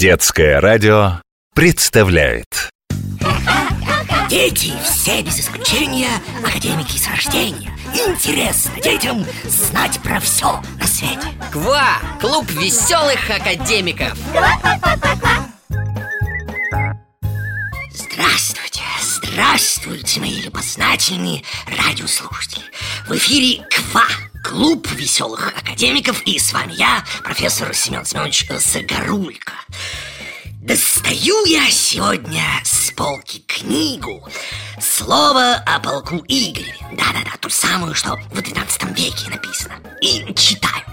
Детское радио представляет. Дети все без исключения академики с рождения. Интересно детям знать про все на свете. КВА! Клуб веселых академиков. Здравствуйте, здравствуйте, мои любознательные радиослушатели. В эфире КВА, клуб веселых академиков. И с вами я, профессор Семен Семенович Загорулько. Достаю я сегодня с полки книгу «Слово о полку Игореве». Да-да-да, ту самую, что в XII веке написано. И читаю.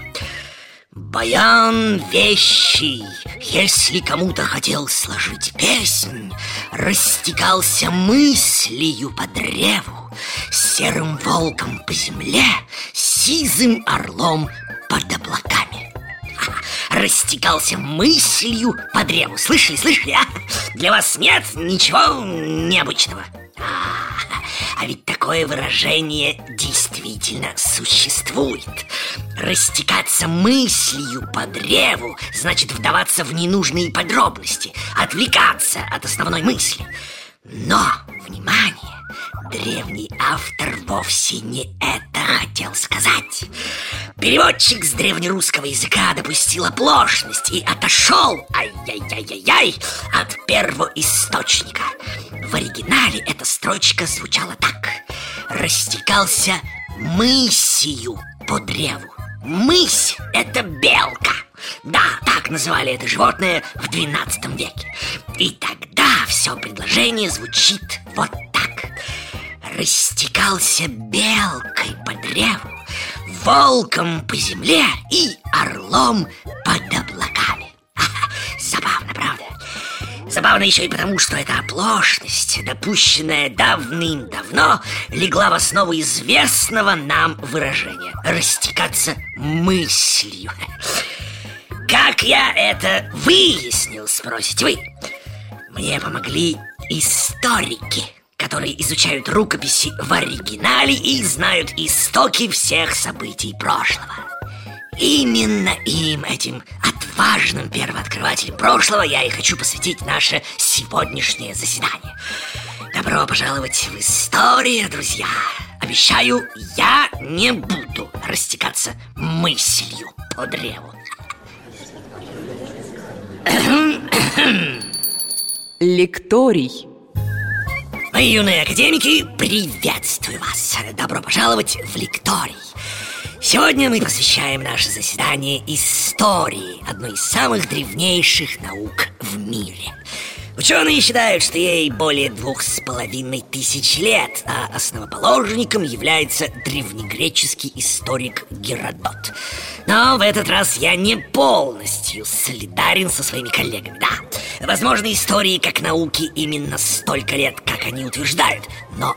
Баян вещий, если кому-то хотел сложить песнь, растекался мыслью по древу, серым волком по земле, сизым орлом под облаками. Растекался мыслью по древу. Слышали, а? Для вас нет ничего необычного? А ведь такое выражение действительно существует. Растекаться мыслью по древу значит вдаваться в ненужные подробности, отвлекаться от основной мысли. Но, внимание, древний автор вовсе не это хотел сказать. Переводчик с древнерусского языка допустил оплошность и отошел, ай-яй-яй-яй-яй, от первоисточника. В оригинале эта строчка звучала так: растекался мысью по древу. Мысь – это белка. Да, так называли это животное в XII веке. И тогда все предложение звучит вот так: растекался белкой по древу, волком по земле и орлом под облаками. Забавно, правда? Забавно еще и потому, что эта оплошность, допущенная давным-давно, легла в основу известного нам выражения «растекаться мыслью». Как я это выяснил, спросите вы? Мне помогли историки, которые изучают рукописи в оригинале и знают истоки всех событий прошлого. Именно им, этим отважным первооткрывателям прошлого, я и хочу посвятить наше сегодняшнее заседание. Добро пожаловать в историю, друзья. Обещаю, я не буду растекаться мыслью по древу. Лекторий. Мои юные академики, приветствую вас. Добро пожаловать в лекторий. Сегодня мы посвящаем наше заседание истории, одной из самых древнейших наук в мире. Ученые считают, что ей более 2500 лет, а основоположником является древнегреческий историк Геродот. Но в этот раз я не полностью солидарен со своими коллегами, да. Возможно, истории как науки именно столько лет, как они утверждают, но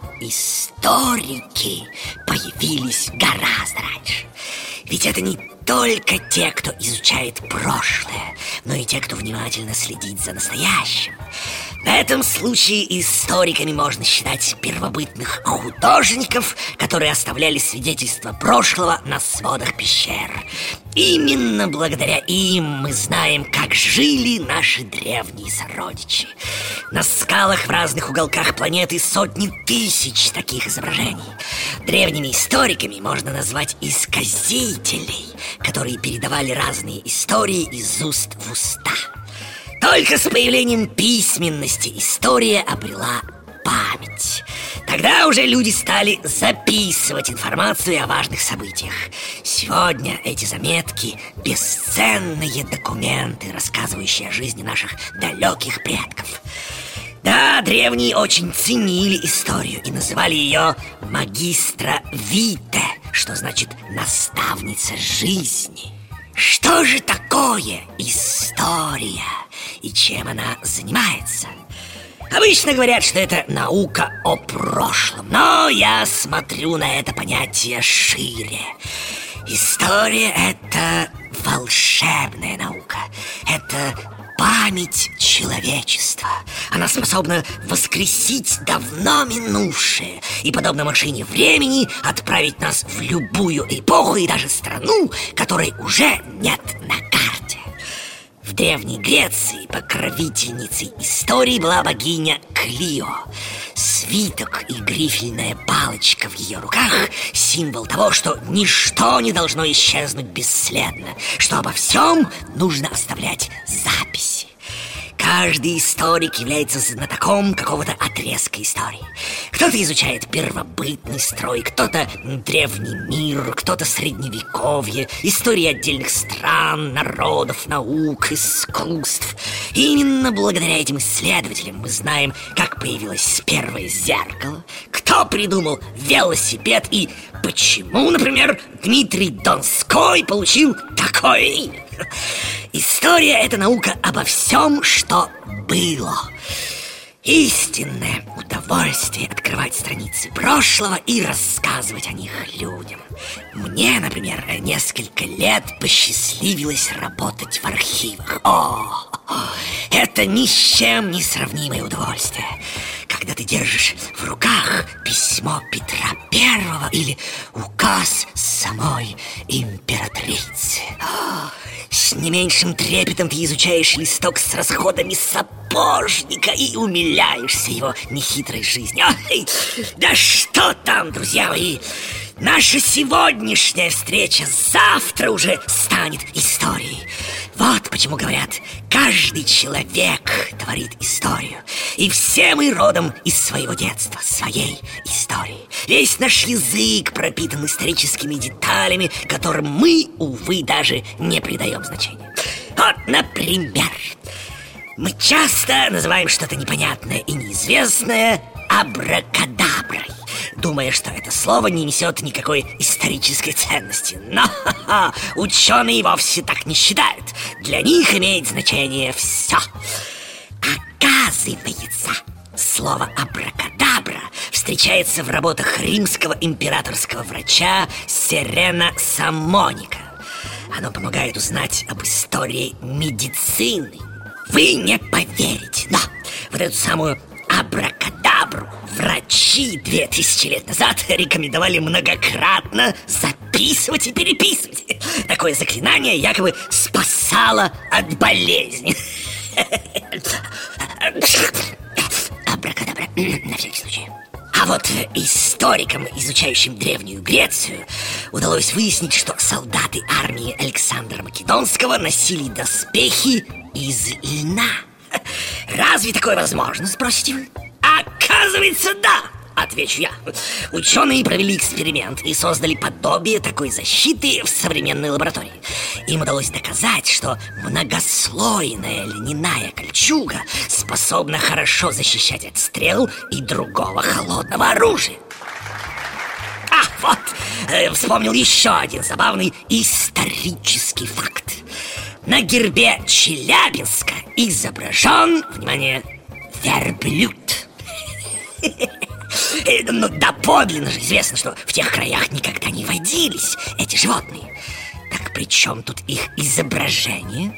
историки появились гораздо раньше. Ведь это не только те, кто изучает прошлое, но и те, кто внимательно следит за настоящим. В этом случае историками можно считать первобытных художников, которые оставляли свидетельства прошлого на сводах пещер. Именно благодаря им мы знаем, как жили наши древние сородичи. На скалах в разных уголках планеты сотни тысяч таких изображений. Древними историками можно назвать исказителей, которые передавали разные истории из уст в уста. Только с появлением письменности история обрела память. Тогда уже люди стали записывать информацию о важных событиях. Сегодня эти заметки – бесценные документы, рассказывающие о жизни наших далеких предков. Да, древние очень ценили историю и называли ее «магистра вите», что значит «наставница жизни». Что же такое история и чем она занимается? Обычно говорят, что это наука о прошлом, но я смотрю на это понятие шире. История – это волшебная наука, это память человечества. Она способна воскресить давно минувшее и, подобно машине времени, отправить нас в любую эпоху и даже страну, которой уже нет на карте. В Древней Греции покровительницей истории была богиня Клио. Свиток и грифельная палочка в ее руках – символ того, что ничто не должно исчезнуть бесследно, что обо всем нужно оставлять записи. Каждый историк является знатоком какого-то отрезка истории. Кто-то изучает первобытный строй, кто-то древний мир, кто-то средневековье, истории отдельных стран, народов, наук, искусств. И именно благодаря этим исследователям мы знаем, как появилось первое зеркало, кто придумал велосипед и почему, например, Дмитрий Донской получил такое имя. История – это наука обо всем, что было. Истинное удовольствие открывать страницы прошлого и рассказывать о них людям. Мне, например, несколько лет посчастливилось работать в архивах. Это ни с чем не сравнимое удовольствие. Когда ты держишь в руках письмо Петра Первого или указ самой императрицы. С не меньшим трепетом ты изучаешь листок с расходами сапожника и умиляешься его нехитрой жизнью. Да что там, друзья мои! Наша сегодняшняя встреча завтра уже станет историей. Вот почему говорят, каждый человек творит историю. И все мы родом из своего детства, своей истории. Весь наш язык пропитан историческими деталями, которым мы, увы, даже не придаем значения. Вот, например, мы часто называем что-то непонятное и неизвестное абракадаброй, думая, что это слово не несет никакой исторической ценности. Но ученые вовсе так не считают. Для них имеет значение все. Оказывается, слово абракадабра встречается в работах римского императорского врача Сирена Самоника. Оно помогает узнать об истории медицины. Вы не поверите, но вот эту самую абракадабру врачи 2000 лет назад рекомендовали многократно записывать и переписывать. Такое заклинание якобы спасало от болезни. Абракадабра, на всякий случай. А вот историкам, изучающим Древнюю Грецию, удалось выяснить, что солдаты армии Александра Македонского носили доспехи из льна. Разве такое возможно, спросите вы? Оказывается, да! Отвечу я. Ученые провели эксперимент и создали подобие такой защиты в современной лаборатории. Им удалось доказать, что многослойная льняная кольчуга способна хорошо защищать от стрел и другого холодного оружия. Вспомнил еще один забавный исторический факт. На гербе Челябинска изображен, внимание, верблюд. Ну, доподлинно же известно, что в тех краях никогда не водились эти животные. Так при чем тут их изображение?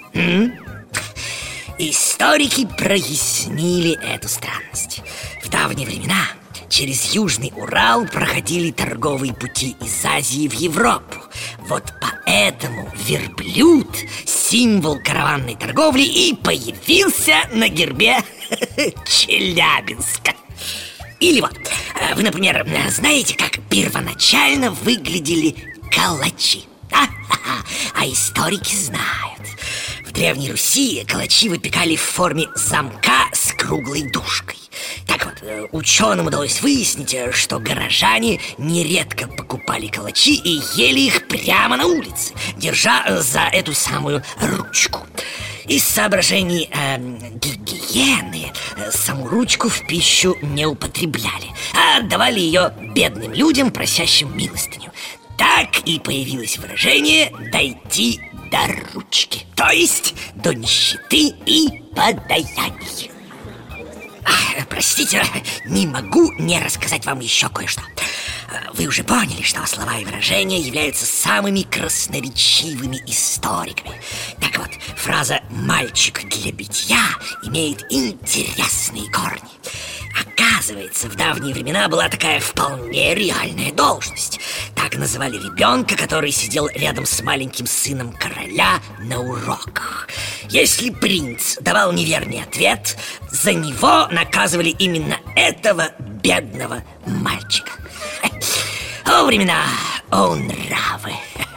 Историки прояснили эту странность. В давние времена через Южный Урал проходили торговые пути из Азии в Европу. Вот поэтому верблюд – символ караванной торговли и появился на гербе Челябинска. Или вот, вы, например, знаете, как первоначально выглядели калачи? А историки знают. В Древней Руси калачи выпекали в форме замка с круглой дужкой. Так вот, ученым удалось выяснить, что горожане нередко покупали калачи и ели их прямо на улице, держа за эту самую ручку. Из соображений гигиены саму ручку в пищу не употребляли, а отдавали ее бедным людям, просящим милостыню. Так и появилось выражение «дойти до ручки», то есть до нищеты и подаяния. Простите, не могу не рассказать вам еще кое-что. Вы уже поняли, что слова и выражения являются самыми красноречивыми историками. Так вот, фраза «мальчик для битья» имеет интересные корни. Оказывается, в давние времена была такая вполне реальная должность. Так называли ребенка, который сидел рядом с маленьким сыном короля на уроках. Если принц давал неверный ответ, за него наказывали именно этого бедного мальчика. О времена, о нравы.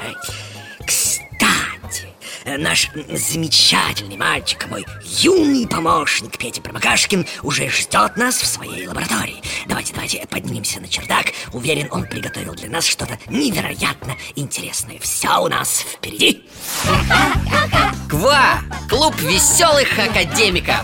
Кстати, наш замечательный мальчик, мой юный помощник Петя Промокашкин уже ждет нас в своей лаборатории. Давайте поднимемся на чердак. Уверен, он приготовил для нас что-то невероятно интересное. Все у нас впереди. КВА! Клуб веселых академиков.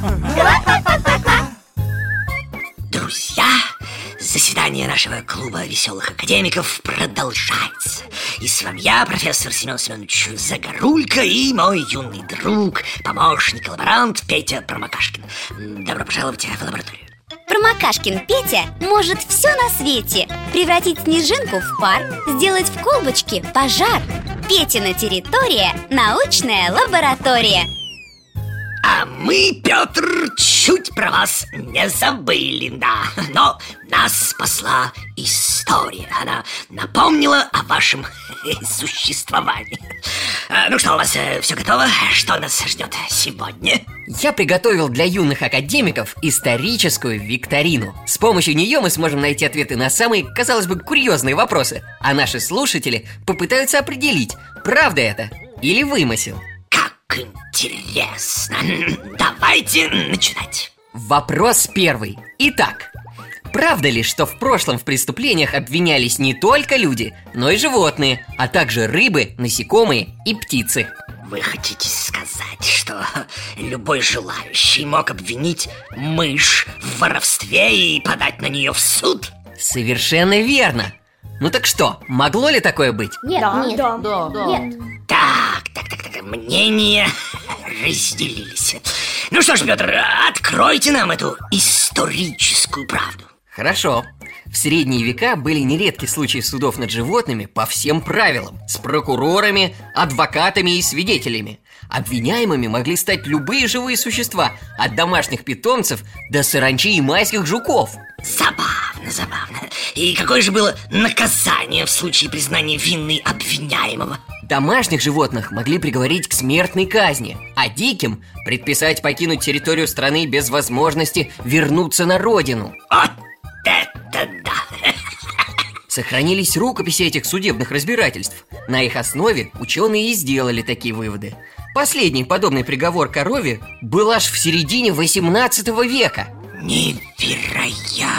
Друзья, заседание нашего клуба веселых академиков продолжается. И с вами я, профессор Семен Семенович Загорулько, и мой юный друг, помощник, лаборант Петя Промокашкин. Добро пожаловать в лабораторию. Промокашкин Петя может все на свете: превратить снежинку в пар, сделать в колбочке пожар. Петина территория – научная лаборатория. А мы, Петр, чуть про вас не забыли, да. Но нас спасла история. Она напомнила о вашем существовании. Ну что, у вас все готово? Что нас ждет сегодня? Я приготовил для юных академиков историческую викторину. С помощью нее мы сможем найти ответы на самые, казалось бы, курьезные вопросы. А наши слушатели попытаются определить, правда это или вымысел. Интересно. Давайте начинать. Вопрос первый. Итак, правда ли, что в прошлом в преступлениях обвинялись не только люди, но и животные, а также рыбы, насекомые и птицы? Вы хотите сказать, что любой желающий мог обвинить мышь в воровстве и подать на нее в суд? Совершенно верно. Ну так что, могло ли такое быть? Нет. Так, мнения разделились. Ну что ж, Петр, откройте нам эту историческую правду. Хорошо. В средние века были нередки случаи судов над животными по всем правилам, с прокурорами, адвокатами и свидетелями. Обвиняемыми могли стать любые живые существа, от домашних питомцев до саранчи и майских жуков. Забавно. И какое же было наказание в случае признания вины обвиняемого? Домашних животных могли приговорить к смертной казни, а диким предписать покинуть территорию страны без возможности вернуться на родину. Вот это да! Сохранились рукописи этих судебных разбирательств. На их основе ученые и сделали такие выводы. Последний подобный приговор корове был аж в середине 18 века. Невероятно!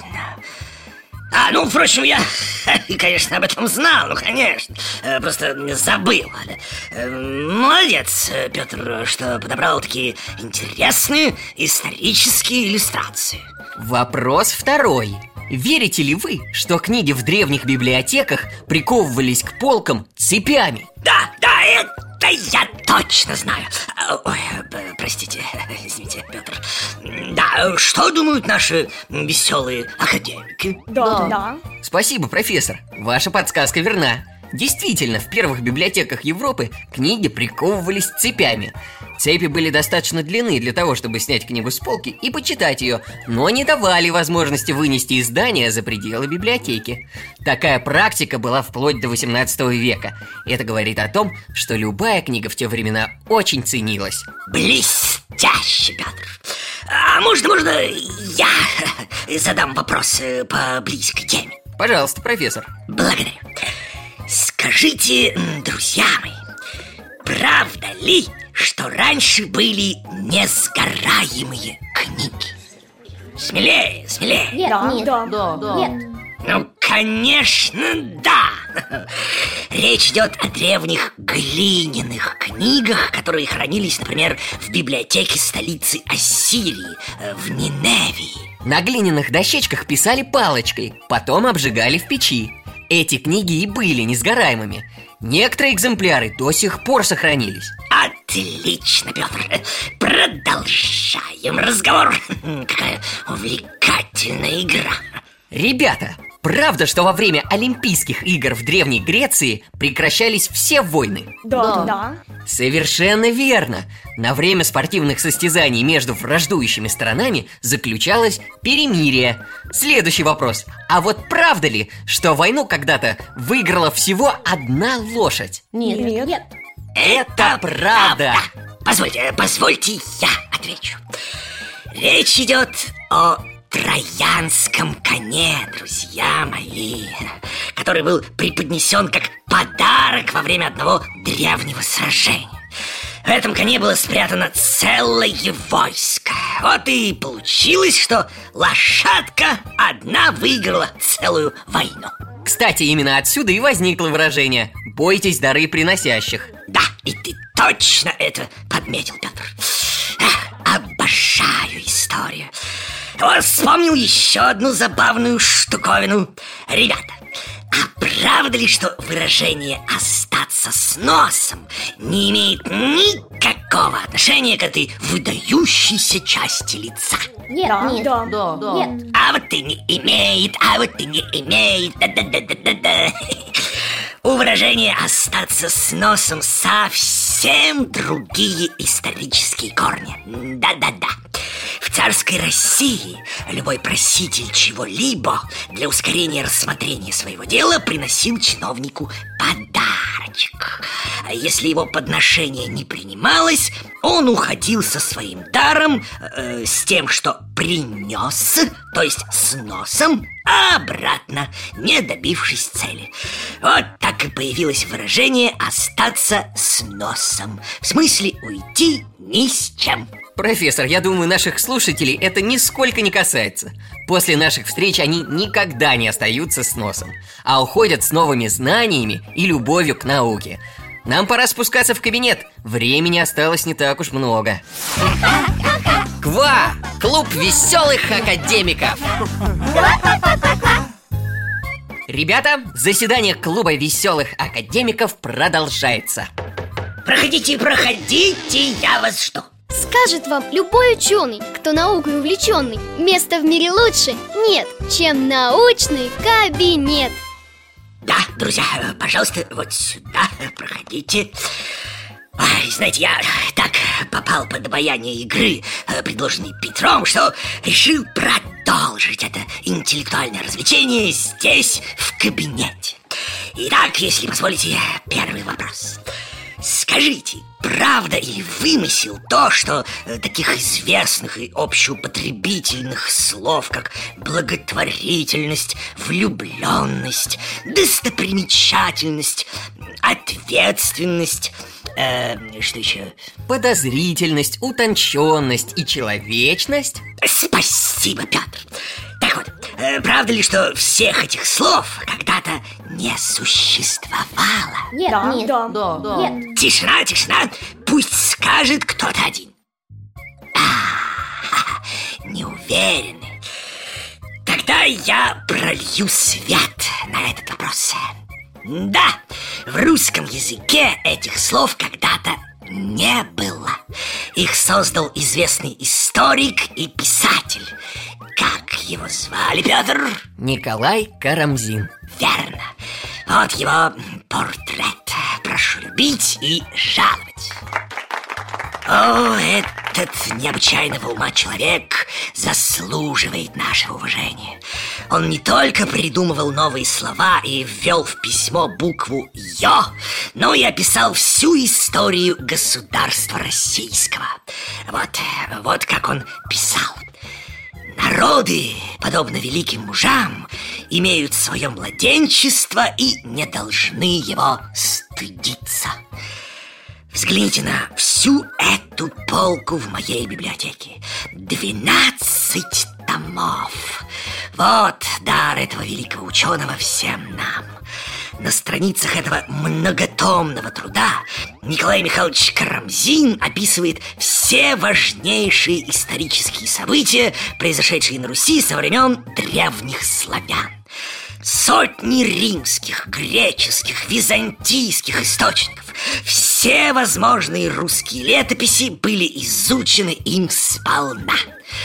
Впрочем, я, конечно, об этом знал, конечно. Просто забыл. Молодец, Петр, что подобрал такие интересные исторические иллюстрации. Вопрос второй. Верите ли вы, что книги в древних библиотеках приковывались к полкам цепями? Да, это я точно знаю. Ой, простите, извините, Петр. Да, что думают наши веселые академики? Да. Спасибо, профессор. Ваша подсказка верна. Действительно, в первых библиотеках Европы книги приковывались цепями. Цепи были достаточно длинны для того, чтобы снять книгу с полки и почитать ее, но не давали возможности вынести из здания за пределы библиотеки. Такая практика была вплоть до 18 века. Это говорит о том, что любая книга в те времена очень ценилась. Блестяще, Петр. А можно я задам вопрос по близкой теме? Пожалуйста, профессор. Благодарю. Скажите, друзья мои, правда ли, что раньше были несгораемые книги? Смелее. Нет. Ну, конечно, да. Речь идет о древних глиняных книгах, которые хранились, например, в библиотеке столицы Ассирии, в Ниневии. На глиняных дощечках писали палочкой, потом обжигали в печи. Эти книги и были несгораемыми. Некоторые экземпляры до сих пор сохранились. Отлично, Петр. Продолжаем разговор. Какая увлекательная игра. Ребята, Правда, что во время Олимпийских игр в Древней Греции прекращались все войны? Да. Совершенно верно. На время спортивных состязаний между враждующими сторонами заключалось перемирие. Следующий вопрос. А вот правда ли, что войну когда-то выиграла всего одна лошадь? Нет. Это правда. Позвольте я отвечу. Речь идет о троянском коне, друзья мои, который был преподнесен как подарок во время одного древнего сражения. В этом коне было спрятано целое войско. Вот и получилось, что лошадка одна выиграла целую войну. Кстати, именно отсюда и возникло выражение «бойтесь дары приносящих». Да, и ты точно это подметил, Петр. Обожаю историю. Вот вспомнил еще одну забавную штуковину. Ребята, а правда ли, что выражение «остаться с носом» не имеет никакого отношения к этой выдающейся части лица? Нет. А вот и не имеет, Да-да-да-да-да. У выражения «остаться с носом» совсем другие исторические корни. Да-да-да. В царской России любой проситель чего-либо для ускорения рассмотрения своего дела приносил чиновнику подарочек. А если его подношение не принималось, он уходил со своим даром, с тем, что принес, то есть с носом, а обратно, не добившись цели. Вот так и появилось выражение «остаться с носом». В смысле уйти ни с чем. Профессор, я думаю, наших слушателей это нисколько не касается. После наших встреч они никогда не остаются с носом, а уходят с новыми знаниями и любовью к науке. Нам пора спускаться в кабинет. Времени осталось не так уж много. КВА! Клуб веселых академиков! Ребята, заседание клуба веселых академиков продолжается. Проходите, я вас жду. Скажет вам любой ученый, кто наукой увлеченный, места в мире лучше нет, чем научный кабинет. Да, друзья, пожалуйста, вот сюда проходите. Ой, знаете, я так попал под обаяние игры, предложенной Петром, что решил продолжить это интеллектуальное развлечение здесь, в кабинете. Итак, если позволите, первый вопрос. Скажите, правда или вымысел то, что таких известных и общеупотребительных слов, как благотворительность, влюбленность, достопримечательность, ответственность, что еще? Подозрительность, утонченность и человечность? Спасибо, Петр. Так вот, правда ли, что всех этих слов когда-то не существовало? Нет. Тишина, пусть скажет кто-то один. Не уверены. Тогда я пролью свет на этот вопрос. Да, в русском языке этих слов когда-то не было. Их создал известный историк и писатель. Как его звали, Петр? Николай Карамзин. Верно. Вот его портрет. Прошу любить и жаловать. О, этот необычайного ума человек заслуживает нашего уважения. Он не только придумывал новые слова и ввел в письмо букву «Ё», но и описал всю историю государства российского. Вот как он писал. Народы, подобно великим мужам, имеют свое младенчество и не должны его стыдиться. Взгляните на всю эту полку в моей библиотеке. 12 томов. Вот дар этого великого ученого всем нам. На страницах этого многотомного труда Николай Михайлович Карамзин описывает все важнейшие исторические события, произошедшие на Руси со времен древних славян. Сотни римских, греческих, византийских источников, все возможные русские летописи были изучены им сполна.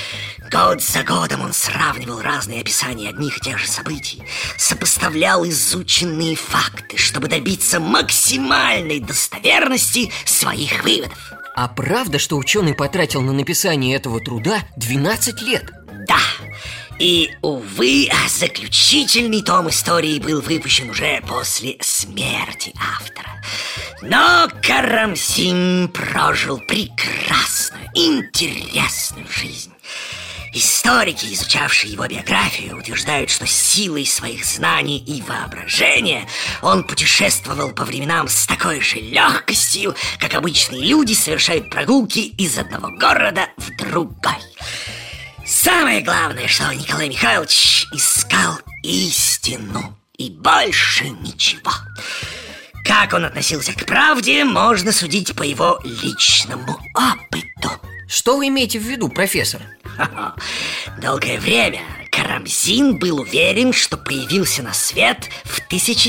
Год за годом он сравнивал разные описания одних и тех же событий, сопоставлял изученные факты, чтобы добиться максимальной достоверности своих выводов. А правда, что ученый потратил на написание этого труда 12 лет? Да. И, увы, заключительный том истории был выпущен уже после смерти автора. Но Карамзин прожил прекрасную, интересную жизнь. Историки, изучавшие его биографию, утверждают, что силой своих знаний и воображения он путешествовал по временам с такой же легкостью, как обычные люди совершают прогулки из одного города в другой. Самое главное, что Николай Михайлович искал истину и больше ничего. Как он относился к правде, можно судить по его личному опыту. Что вы имеете в виду, профессор? Долгое время Карамзин был уверен, что появился на свет в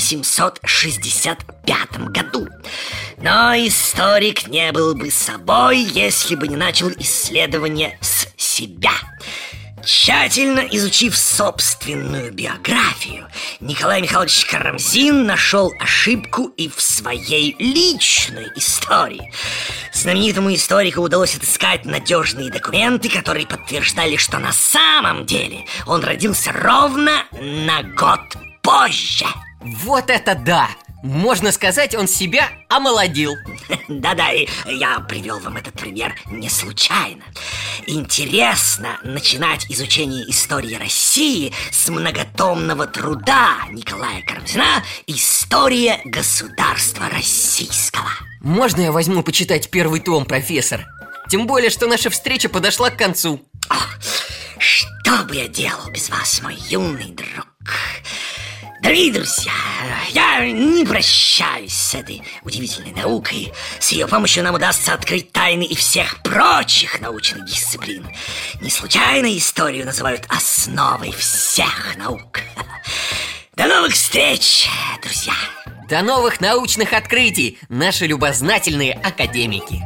1765 году. Но историк не был бы собой, если бы не начал исследование с себя. Тщательно изучив собственную биографию, Николай Михайлович Карамзин нашел ошибку и в своей личной истории. Знаменитому историку удалось отыскать надежные документы, которые подтверждали, что на самом деле он родился ровно на год позже. Вот это да! Можно сказать, он себя омолодил. Да-да, и я привел вам этот пример не случайно. Интересно начинать изучение истории России с многотомного труда Николая Карамзина «История государства российского». Можно я возьму почитать первый том, профессор? Тем более, что наша встреча подошла к концу. Что бы я делал без вас, мой юный друг? Дорогие друзья, я не прощаюсь с этой удивительной наукой. С ее помощью нам удастся открыть тайны и всех прочих научных дисциплин. Не случайно историю называют основой всех наук. До новых встреч, друзья! До новых научных открытий, наши любознательные академики!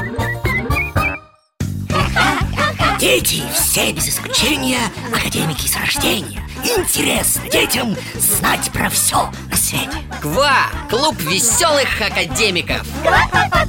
Дети все без исключения академики с рождения. Интересно детям знать про все на свете. КВА! Клуб веселых академиков!